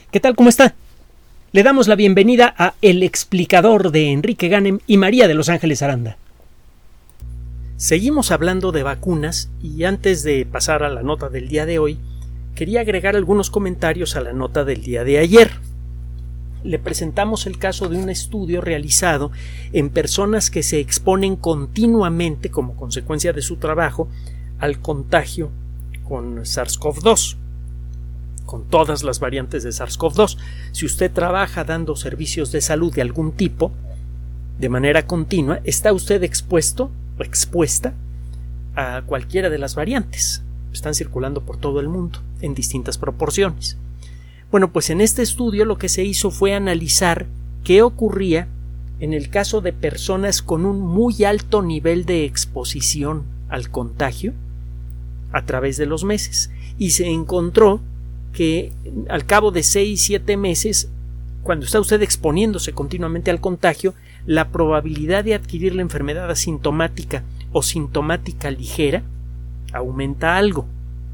¿Qué tal? ¿Cómo está? Le damos la bienvenida a El Explicador de Enrique Ganem y María de Los Ángeles Aranda. Seguimos hablando de vacunas y antes de pasar a la nota del día de hoy, quería agregar algunos comentarios a la nota del día de ayer. Le presentamos el caso de un estudio realizado en personas que se exponen continuamente como consecuencia de su trabajo al contagio con SARS-CoV-2, con todas las variantes de SARS-CoV-2. Si usted trabaja dando servicios de salud de algún tipo, de manera continua, está usted expuesto o expuesta a cualquiera de las variantes. Están circulando por todo el mundo en distintas proporciones. Bueno, pues en este estudio lo que se hizo fue analizar qué ocurría en el caso de personas con un muy alto nivel de exposición al contagio a través de los meses, y se encontró que al cabo de 6-7 meses, cuando está usted exponiéndose continuamente al contagio, la probabilidad de adquirir la enfermedad asintomática o sintomática ligera aumenta algo.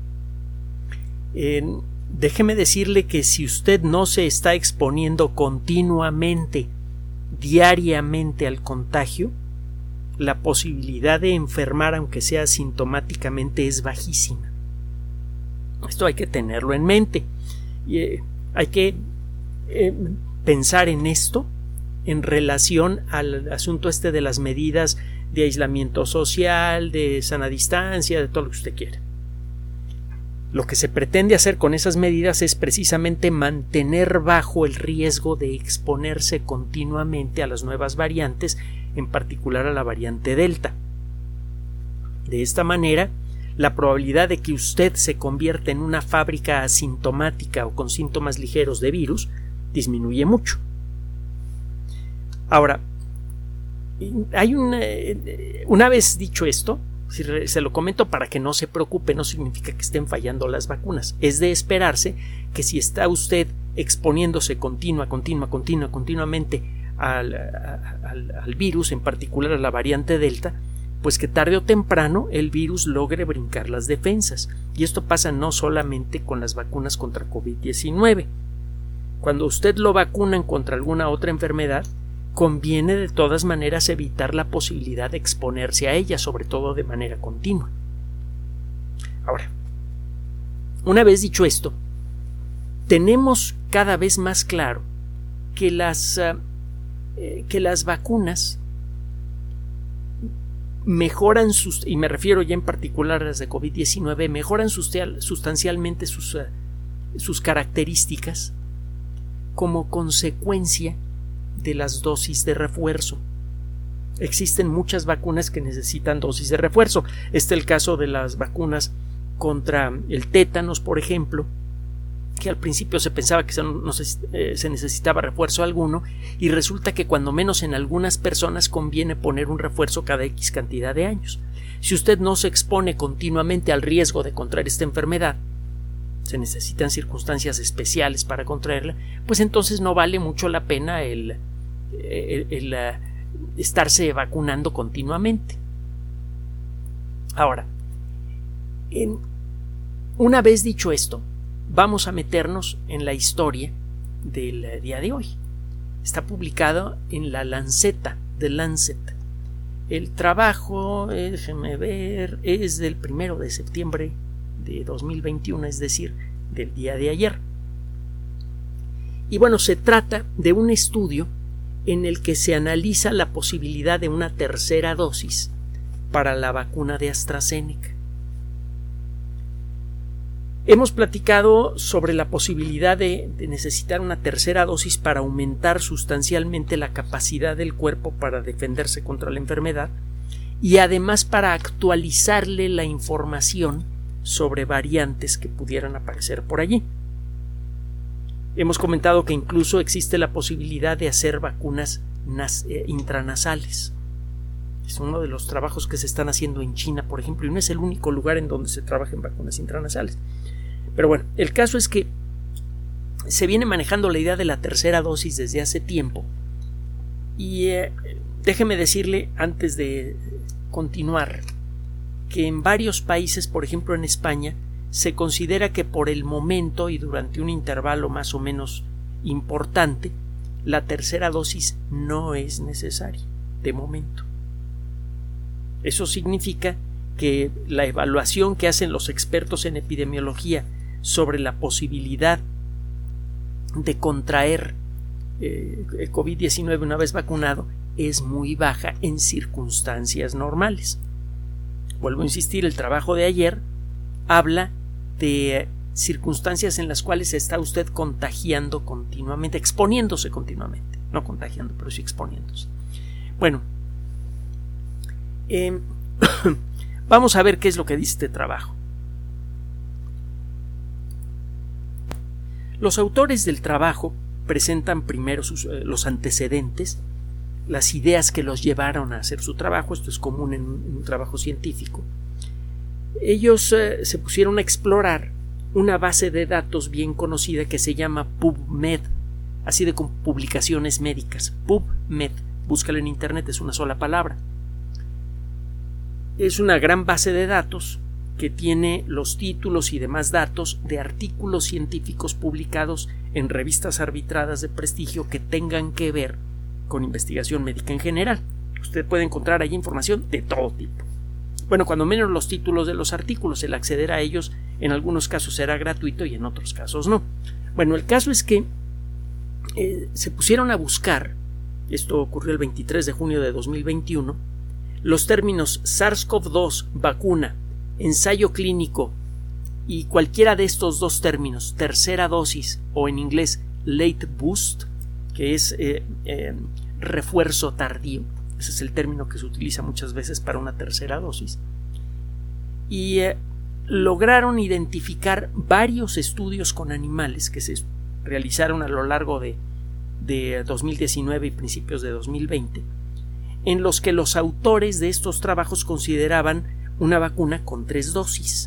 Déjeme decirle que si usted no se está exponiendo continuamente, diariamente al contagio, la posibilidad de enfermar, aunque sea asintomáticamente, es bajísima. Esto hay que tenerlo en mente. Hay que pensar en esto en relación al asunto de las medidas de aislamiento social, de sana distancia, de todo lo que usted quiera. Lo que se pretende hacer con esas medidas es precisamente mantener bajo el riesgo de exponerse continuamente a las nuevas variantes, en particular a la variante Delta. De esta manera, la probabilidad de que usted se convierta en una fábrica asintomática o con síntomas ligeros de virus disminuye mucho. Ahora, hay una vez dicho esto, se lo comento para que no se preocupe, no significa que estén fallando las vacunas. Es de esperarse que si está usted exponiéndose continuamente al virus, en particular a la variante Delta, pues que tarde o temprano el virus logre brincar las defensas. Y esto pasa no solamente con las vacunas contra COVID-19. Cuando usted lo vacunan contra alguna otra enfermedad, conviene de todas maneras evitar la posibilidad de exponerse a ella, sobre todo de manera continua. Ahora, una vez dicho esto, tenemos cada vez más claro que las vacunas mejoran y me refiero ya en particular a las de COVID-19, mejoran sustancialmente sus características como consecuencia de las dosis de refuerzo. Existen muchas vacunas que necesitan dosis de refuerzo. Este es el caso de las vacunas contra el tétanos, por ejemplo, que al principio se pensaba que se necesitaba refuerzo alguno, y resulta que cuando menos en algunas personas conviene poner un refuerzo cada X cantidad de años. Si usted no se expone continuamente al riesgo de contraer esta enfermedad, se necesitan circunstancias especiales para contraerla, pues entonces no vale mucho la pena el estarse vacunando continuamente. Ahora, una vez dicho esto, vamos a meternos en la historia del día de hoy. Está publicado en la Lanceta, de Lancet. El trabajo, déjenme ver, es del 1 de septiembre de 2021, es decir, del día de ayer. Y bueno, se trata de un estudio en el que se analiza la posibilidad de una tercera dosis para la vacuna de AstraZeneca. Hemos platicado sobre la posibilidad de necesitar una tercera dosis para aumentar sustancialmente la capacidad del cuerpo para defenderse contra la enfermedad y además para actualizarle la información sobre variantes que pudieran aparecer por allí. Hemos comentado que incluso existe la posibilidad de hacer vacunas intranasales. Es uno de los trabajos que se están haciendo en China, por ejemplo, y no es el único lugar en donde se trabaja en vacunas intranasales. Pero bueno, el caso es que se viene manejando la idea de la tercera dosis desde hace tiempo. Y déjeme decirle, antes de continuar, que en varios países, por ejemplo en España, se considera que por el momento y durante un intervalo más o menos importante, la tercera dosis no es necesaria, de momento. Eso significa que la evaluación que hacen los expertos en epidemiología sobre la posibilidad de contraer COVID-19 una vez vacunado es muy baja en circunstancias normales. Vuelvo a insistir, el trabajo de ayer habla de circunstancias en las cuales se está usted contagiando continuamente, exponiéndose continuamente, no contagiando, pero sí exponiéndose. Bueno, vamos a ver qué es lo que dice este trabajo. Los autores del trabajo presentan primero los antecedentes, las ideas que los llevaron a hacer su trabajo. Esto es común en un trabajo científico. Ellos se pusieron a explorar una base de datos bien conocida que se llama PubMed, así de con publicaciones médicas. PubMed, búscalo en internet, es una sola palabra. Es una gran base de datos que tiene los títulos y demás datos de artículos científicos publicados en revistas arbitradas de prestigio que tengan que ver con investigación médica en general. Usted puede encontrar allí información de todo tipo. Bueno, cuando menos los títulos de los artículos, el acceder a ellos en algunos casos será gratuito y en otros casos no. Bueno, el caso es que se pusieron a buscar, esto ocurrió el 23 de junio de 2021, los términos SARS-CoV-2, vacuna, ensayo clínico y cualquiera de estos dos términos, tercera dosis o en inglés late boost, que es refuerzo tardío. Ese es el término que se utiliza muchas veces para una tercera dosis. Y lograron identificar varios estudios con animales que se realizaron a lo largo de 2019 y principios de 2020, en los que los autores de estos trabajos consideraban una vacuna con 3 dosis.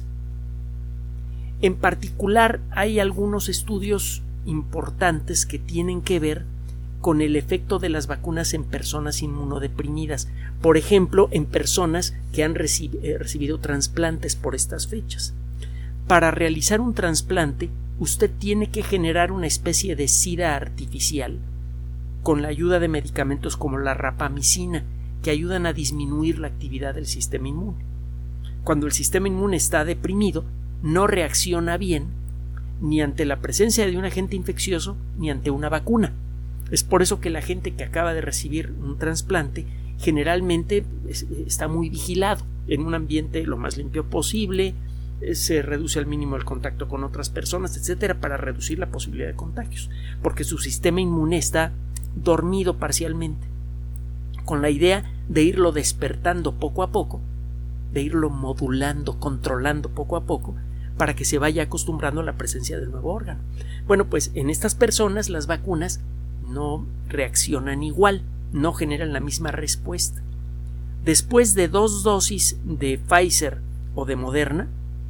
En particular, hay algunos estudios importantes que tienen que ver con el efecto de las vacunas en personas inmunodeprimidas, por ejemplo, en personas que han recibido trasplantes por estas fechas. Para realizar un trasplante, usted tiene que generar una especie de sida artificial con la ayuda de medicamentos como la rapamicina, que ayudan a disminuir la actividad del sistema inmune. Cuando el sistema inmune está deprimido, no reacciona bien ni ante la presencia de un agente infeccioso ni ante una vacuna. Es por eso que la gente que acaba de recibir un trasplante generalmente está muy vigilado en un ambiente lo más limpio posible, se reduce al mínimo el contacto con otras personas, etcétera, para reducir la posibilidad de contagios, porque su sistema inmune está dormido parcialmente, con la idea de irlo despertando poco a poco, de irlo modulando, controlando poco a poco, para que se vaya acostumbrando a la presencia del nuevo órgano. Bueno, pues en estas personas las vacunas no reaccionan igual, no generan la misma respuesta. Después de 2 dosis de Pfizer o de Moderna,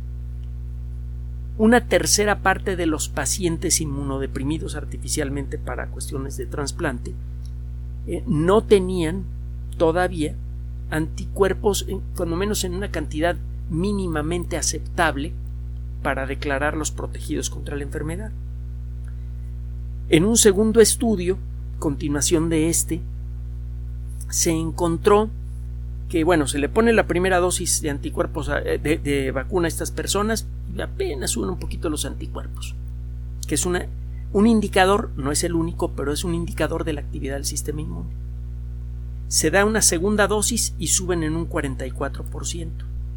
una tercera parte de los pacientes inmunodeprimidos artificialmente para cuestiones de trasplante no tenían todavía anticuerpos, cuando menos en una cantidad mínimamente aceptable para declararlos protegidos contra la enfermedad. En un segundo estudio, continuación de este, se encontró que, bueno, se le pone la primera dosis de anticuerpos de vacuna a estas personas y apenas suben un poquito los anticuerpos, que es un indicador, no es el único, pero es un indicador de la actividad del sistema inmune. Se da una segunda dosis y suben en un 44%.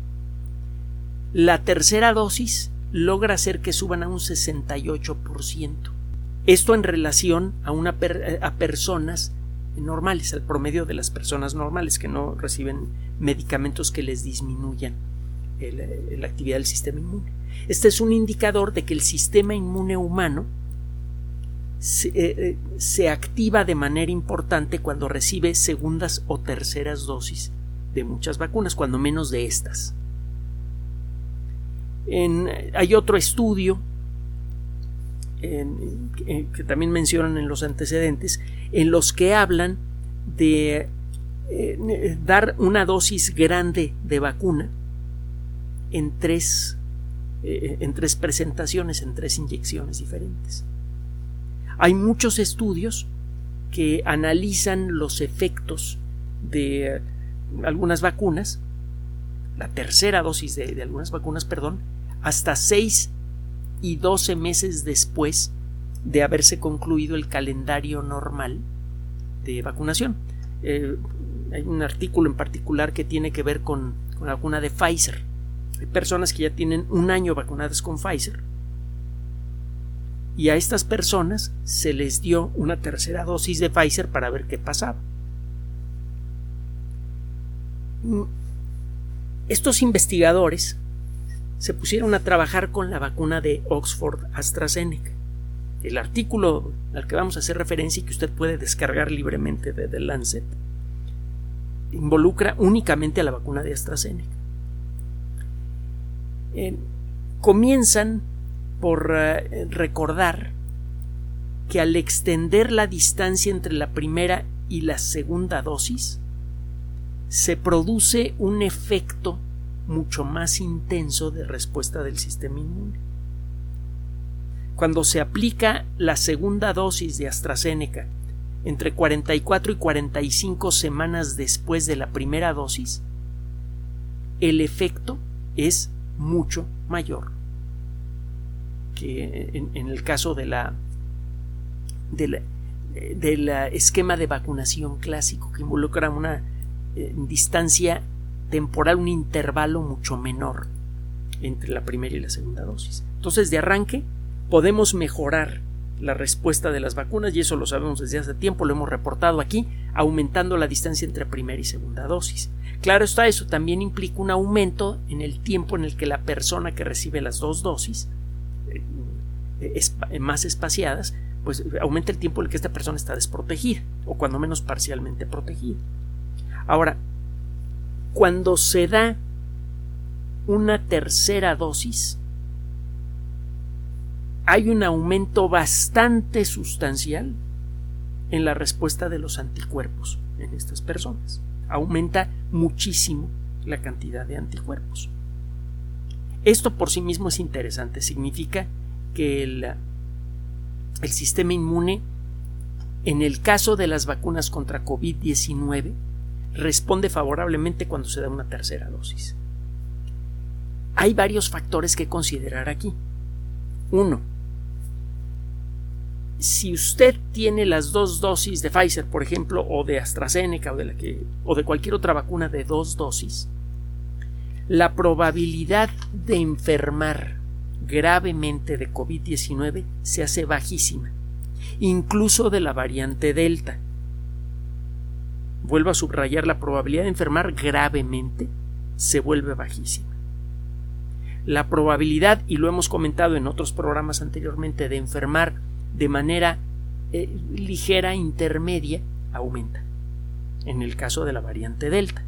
La tercera dosis logra hacer que suban a un 68%. Esto en relación a personas normales, al promedio de las personas normales que no reciben medicamentos que les disminuyan la actividad del sistema inmune. Este es un indicador de que el sistema inmune humano se activa de manera importante cuando recibe segundas o terceras dosis de muchas vacunas, cuando menos de estas. Hay otro estudio que también mencionan en los antecedentes, en los que hablan de dar una dosis grande de vacuna en 3 en 3 presentaciones, en 3 inyecciones diferentes. Hay muchos estudios que analizan los efectos de algunas vacunas, la tercera dosis de algunas vacunas, hasta 6 y 12 meses después de haberse concluido el calendario normal de vacunación. Hay un artículo en particular que tiene que ver con la vacuna de Pfizer. Hay personas que ya tienen 1 año vacunadas con Pfizer y a estas personas se les dio una tercera dosis de Pfizer para ver qué pasaba. Estos investigadores se pusieron a trabajar con la vacuna de Oxford AstraZeneca. El artículo al que vamos a hacer referencia y que usted puede descargar libremente de The Lancet involucra únicamente a la vacuna de AstraZeneca. Comienzan por recordar que al extender la distancia entre la primera y la segunda dosis se produce un efecto mucho más intenso de respuesta del sistema inmune. Cuando se aplica la segunda dosis de AstraZeneca entre 44 y 45 semanas después de la primera dosis, el efecto es mucho mayor que en el caso del esquema de vacunación clásico, que involucra una distancia temporal, un intervalo mucho menor entre la primera y la segunda dosis. Entonces, de arranque podemos mejorar la respuesta de las vacunas, y eso lo sabemos desde hace tiempo, lo hemos reportado aquí, aumentando la distancia entre primera y segunda dosis. Claro está, eso también implica un aumento en el tiempo en el que la persona que recibe las 2 dosis más espaciadas, pues aumenta el tiempo en el que esta persona está desprotegida, o cuando menos parcialmente protegida. Ahora, cuando se da una tercera dosis, hay un aumento bastante sustancial en la respuesta de los anticuerpos en estas personas. Aumenta muchísimo la cantidad de anticuerpos. Esto por sí mismo es interesante. Significa que el sistema inmune, en el caso de las vacunas contra COVID-19, responde favorablemente cuando se da una tercera dosis. Hay varios factores que considerar aquí. 1. Si usted tiene las 2 dosis de Pfizer, por ejemplo, o de AstraZeneca o de cualquier otra vacuna de 2 dosis, la probabilidad de enfermar gravemente de COVID-19 se hace bajísima, incluso de la variante Delta. Vuelvo a subrayar, la probabilidad de enfermar gravemente se vuelve bajísima. La probabilidad, y lo hemos comentado en otros programas anteriormente, de enfermar de manera ligera, intermedia, aumenta en el caso de la variante Delta.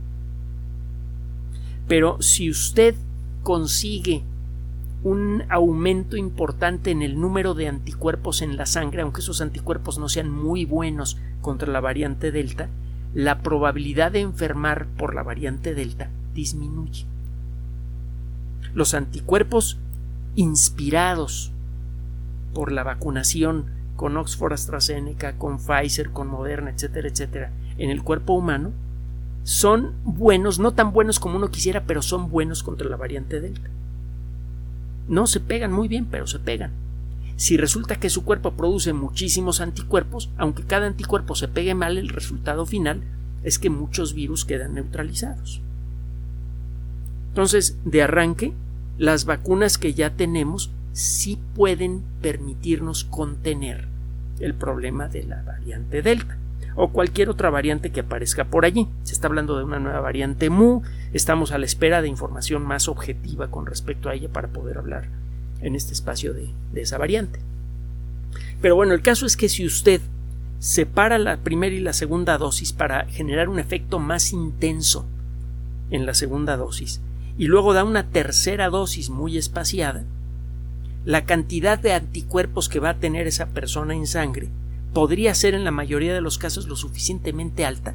Pero si usted consigue un aumento importante en el número de anticuerpos en la sangre, aunque esos anticuerpos no sean muy buenos contra la variante Delta, la probabilidad de enfermar por la variante Delta disminuye. Los anticuerpos inspirados por la vacunación con Oxford AstraZeneca, con Pfizer, con Moderna, etcétera, etcétera, en el cuerpo humano son buenos, no tan buenos como uno quisiera, pero son buenos contra la variante Delta. No se pegan muy bien, pero se pegan. Si resulta que su cuerpo produce muchísimos anticuerpos, aunque cada anticuerpo se pegue mal, el resultado final es que muchos virus quedan neutralizados. Entonces, de arranque, las vacunas que ya tenemos sí pueden permitirnos contener el problema de la variante Delta o cualquier otra variante que aparezca por allí. Se está hablando de una nueva variante Mu. Estamos a la espera de información más objetiva con respecto a ella para poder hablar en este espacio de esa variante. Pero bueno, el caso es que si usted separa la primera y la segunda dosis para generar un efecto más intenso en la segunda dosis y luego da una tercera dosis muy espaciada, la cantidad de anticuerpos que va a tener esa persona en sangre podría ser en la mayoría de los casos lo suficientemente alta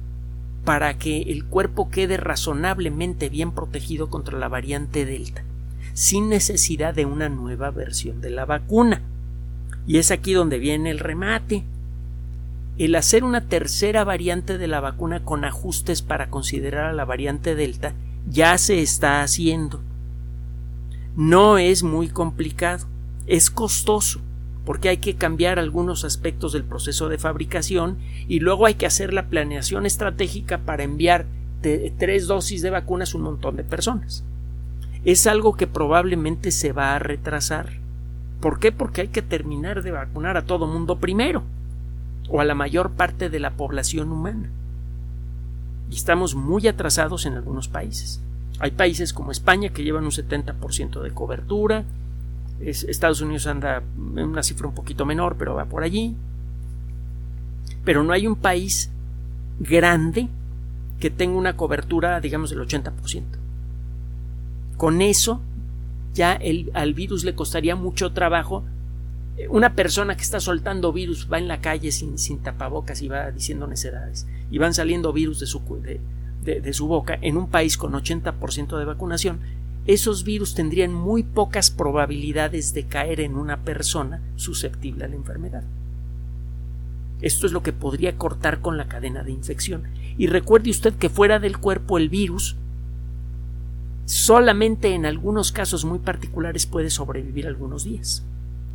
para que el cuerpo quede razonablemente bien protegido contra la variante Delta. sin necesidad de una nueva versión de la vacuna. Y es aquí donde viene el remate. El hacer una tercera variante de la vacuna con ajustes para considerar a la variante Delta ya se está haciendo. No es muy complicado, es costoso, porque hay que cambiar algunos aspectos del proceso de fabricación y luego hay que hacer la planeación estratégica para enviar 3 dosis de vacunas a un montón de personas. Es algo que probablemente se va a retrasar. ¿Por qué? Porque hay que terminar de vacunar a todo mundo primero, o a la mayor parte de la población humana. Y estamos muy atrasados en algunos países. Hay países como España que llevan un 70% de cobertura. Estados Unidos anda en una cifra un poquito menor, pero va por allí. Pero no hay un país grande que tenga una cobertura, digamos, del 80%. Con eso ya al virus le costaría mucho trabajo. Una persona que está soltando virus va en la calle sin tapabocas y va diciendo necedades y van saliendo virus de su boca. En un país con 80% de vacunación, esos virus tendrían muy pocas probabilidades de caer en una persona susceptible a la enfermedad. Esto es lo que podría cortar con la cadena de infección. Y recuerde usted que fuera del cuerpo el virus solamente en algunos casos muy particulares puede sobrevivir algunos días.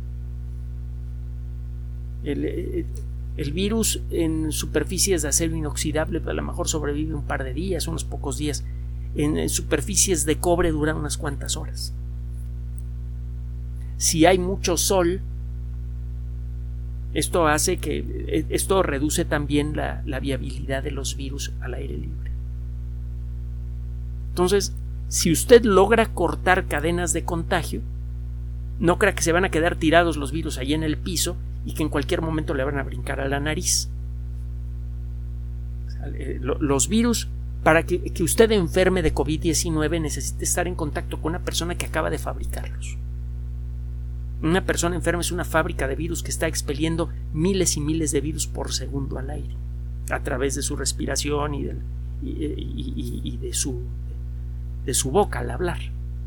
El virus en superficies de acero inoxidable a lo mejor sobrevive un par de días, unos pocos días. En superficies de cobre duran unas cuantas horas. Si hay mucho sol, esto reduce también la viabilidad de los virus al aire libre. Entonces, si usted logra cortar cadenas de contagio, no crea que se van a quedar tirados los virus allí en el piso y que en cualquier momento le van a brincar a la nariz. Los virus, para que usted enferme de COVID-19, necesita estar en contacto con una persona que acaba de fabricarlos. Una persona enferma es una fábrica de virus que está expeliendo miles y miles de virus por segundo al aire, a través de su respiración y de su boca al hablar.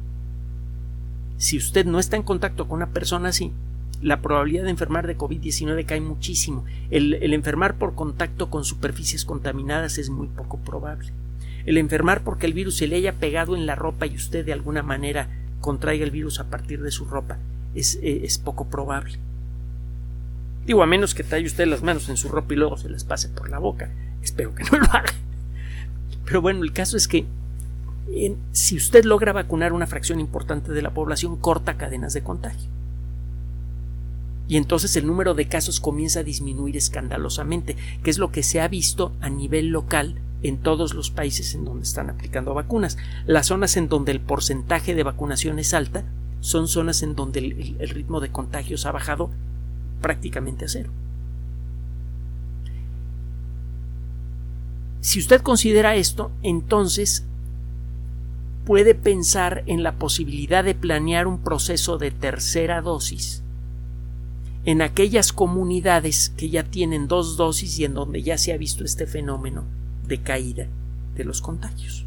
Si usted no está en contacto con una persona así, la probabilidad de enfermar de COVID-19 cae muchísimo. El enfermar por contacto con superficies contaminadas es muy poco probable. El enfermar porque el virus se le haya pegado en la ropa y usted de alguna manera contraiga el virus a partir de su ropa es poco probable. Digo, a menos que trae usted las manos en su ropa y luego se las pase por la boca. Espero que no lo haga. Pero bueno, el caso es que si usted logra vacunar una fracción importante de la población, corta cadenas de contagio. Y entonces el número de casos comienza a disminuir escandalosamente, que es lo que se ha visto a nivel local en todos los países en donde están aplicando vacunas. Las zonas en donde el porcentaje de vacunación es alta son zonas en donde el ritmo de contagios ha bajado prácticamente a cero. Si usted considera esto, entonces puede pensar en la posibilidad de planear un proceso de tercera dosis en aquellas comunidades que ya tienen 2 dosis y en donde ya se ha visto este fenómeno de caída de los contagios.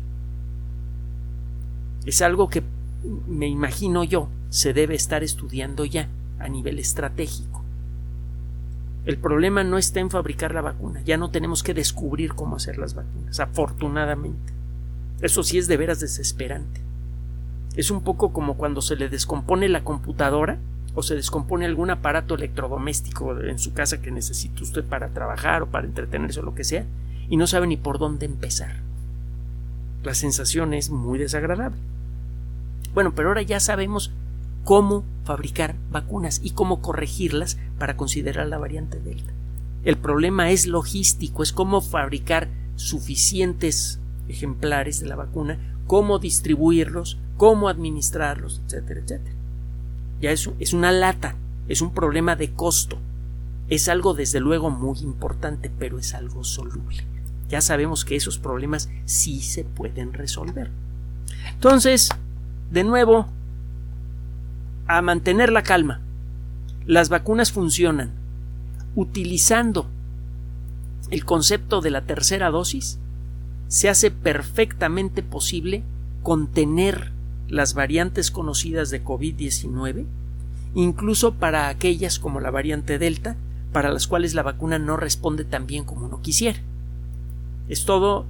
Es algo que me imagino yo se debe estar estudiando ya a nivel estratégico. El problema no está en fabricar la vacuna, ya no tenemos que descubrir cómo hacer las vacunas, afortunadamente. Eso sí es de veras desesperante. Es un poco como cuando se le descompone la computadora o se descompone algún aparato electrodoméstico en su casa que necesite usted para trabajar o para entretenerse o lo que sea, y no sabe ni por dónde empezar. La sensación es muy desagradable. Bueno, pero ahora ya sabemos cómo fabricar vacunas y cómo corregirlas para considerar la variante Delta. El problema es logístico, es cómo fabricar suficientes ejemplares de la vacuna, cómo distribuirlos, cómo administrarlos, etcétera, etcétera. Ya es una lata, es un problema de costo. Es algo desde luego muy importante, pero es algo soluble. Ya sabemos que esos problemas sí se pueden resolver. Entonces, de nuevo, a mantener la calma. Las vacunas funcionan. Utilizando el concepto de la tercera dosis, se hace perfectamente posible contener las variantes conocidas de COVID-19, incluso para aquellas como la variante Delta, para las cuales la vacuna no responde tan bien como uno quisiera. Es todo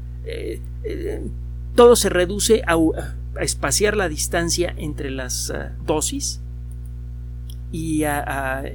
se reduce a espaciar la distancia entre las dosis y a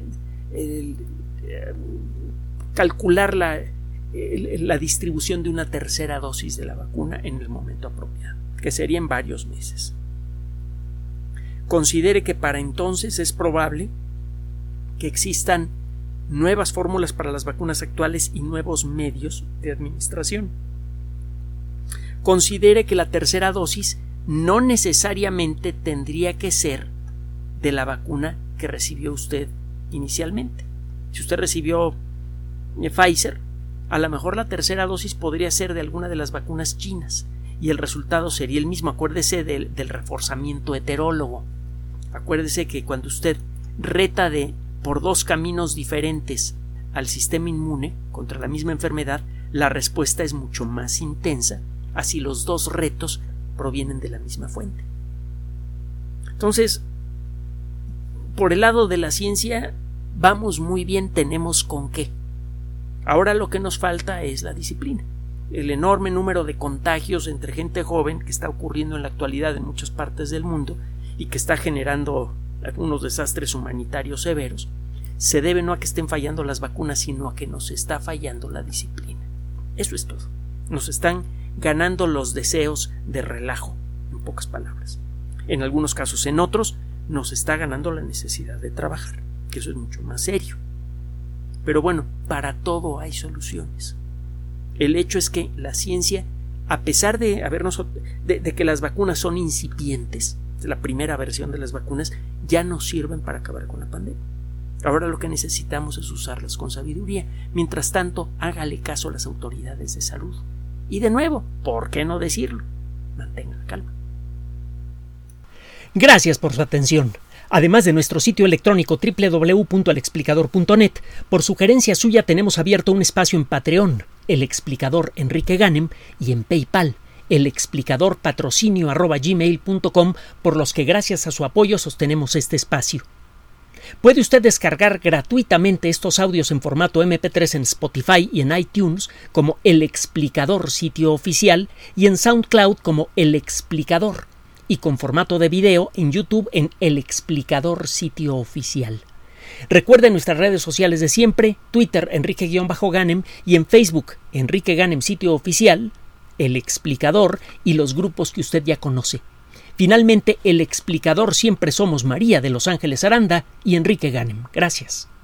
calcular la distribución de una tercera dosis de la vacuna en el momento apropiado, que sería en varios meses. Considere que para entonces es probable que existan nuevas fórmulas para las vacunas actuales y nuevos medios de administración. Considere que la tercera dosis no necesariamente tendría que ser de la vacuna que recibió usted inicialmente. Si usted recibió Pfizer, a lo mejor la tercera dosis podría ser de alguna de las vacunas chinas y el resultado sería el mismo. Acuérdese del reforzamiento heterólogo. Acuérdese que cuando usted reta por dos caminos diferentes al sistema inmune contra la misma enfermedad, la respuesta es mucho más intensa, así los dos retos provienen de la misma fuente. Entonces, por el lado de la ciencia, vamos muy bien, tenemos con qué. Ahora lo que nos falta es la disciplina. El enorme número de contagios entre gente joven que está ocurriendo en la actualidad en muchas partes del mundo y que está generando unos desastres humanitarios severos, se debe no a que estén fallando las vacunas, sino a que nos está fallando la disciplina. Eso es todo. Nos están ganando los deseos de relajo, en pocas palabras. En algunos casos, en otros, nos está ganando la necesidad de trabajar, que eso es mucho más serio. Pero bueno, para todo hay soluciones. El hecho es que la ciencia, a pesar de que las vacunas son incipientes, la primera versión de las vacunas, ya no sirven para acabar con la pandemia. Ahora lo que necesitamos es usarlas con sabiduría. Mientras tanto, hágale caso a las autoridades de salud. Y de nuevo, ¿por qué no decirlo? Mantenga la calma. Gracias por su atención. Además de nuestro sitio electrónico www.alexplicador.net, por sugerencia suya tenemos abierto un espacio en Patreon, El Explicador Enrique Ganem, y en PayPal, elexplicadorpatrocinio@gmail.com, por los que gracias a su apoyo sostenemos este espacio. Puede usted descargar gratuitamente estos audios en formato MP3 en Spotify y en iTunes como El Explicador Sitio Oficial y en SoundCloud como El Explicador, y con formato de video en YouTube en El Explicador Sitio Oficial. Recuerde nuestras redes sociales de siempre, Twitter Enrique-Ganem y en Facebook Enrique Ganem Sitio Oficial, El Explicador y los grupos que usted ya conoce. Finalmente, El Explicador siempre somos María de Los Ángeles Aranda y Enrique Ganem. Gracias.